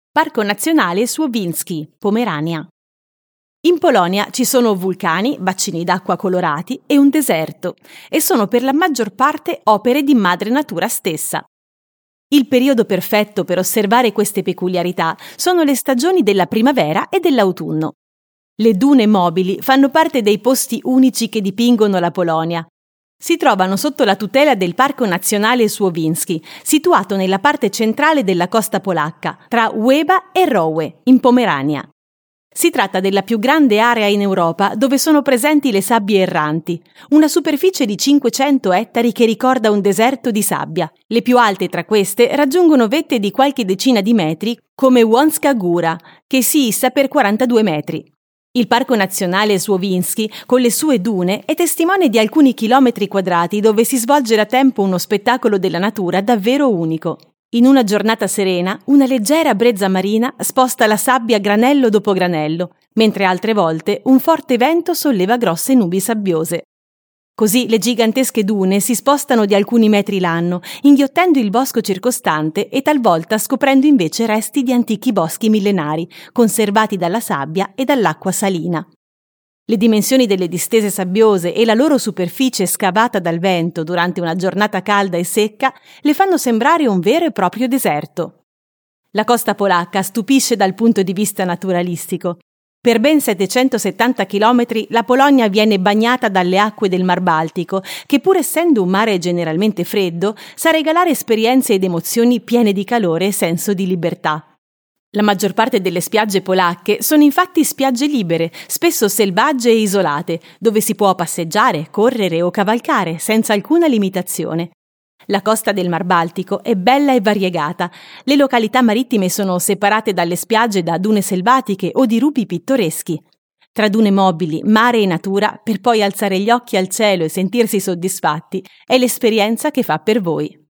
Parco Nazionale Słowiński, Pomerania. In Polonia ci sono vulcani, bacini d'acqua colorati e un deserto, e sono per la maggior parte opere di madre natura stessa. Il periodo perfetto per osservare queste peculiarità sono le stagioni della primavera e dell'autunno. Le dune mobili fanno parte dei posti unici che dipingono la Polonia. Si trovano sotto la tutela del Parco Nazionale Słowiński, situato nella parte centrale della costa polacca, tra Łeba e Rowe, in Pomerania. Si tratta della più grande area in Europa dove sono presenti le sabbie erranti, una superficie di 500 ettari che ricorda un deserto di sabbia. Le più alte tra queste raggiungono vette di qualche decina di metri, come Łącka Góra, che si issa per 42 metri. Il Parco Nazionale Słowiński, con le sue dune, è testimone di alcuni chilometri quadrati dove si svolge da tempo uno spettacolo della natura davvero unico. In una giornata serena, una leggera brezza marina sposta la sabbia granello dopo granello, mentre altre volte un forte vento solleva grosse nubi sabbiose. Così le gigantesche dune si spostano di alcuni metri l'anno, inghiottendo il bosco circostante e talvolta scoprendo invece resti di antichi boschi millenari, conservati dalla sabbia e dall'acqua salina. Le dimensioni delle distese sabbiose e la loro superficie scavata dal vento durante una giornata calda e secca le fanno sembrare un vero e proprio deserto. La costa polacca stupisce dal punto di vista naturalistico. Per ben 770 chilometri la Polonia viene bagnata dalle acque del Mar Baltico, che pur essendo un mare generalmente freddo, sa regalare esperienze ed emozioni piene di calore e senso di libertà. La maggior parte delle spiagge polacche sono infatti spiagge libere, spesso selvagge e isolate, dove si può passeggiare, correre o cavalcare senza alcuna limitazione. La costa del Mar Baltico è bella e variegata. Le località marittime sono separate dalle spiagge da dune selvatiche o dirupi pittoreschi. Tra dune mobili, mare e natura, per poi alzare gli occhi al cielo e sentirsi soddisfatti, è l'esperienza che fa per voi.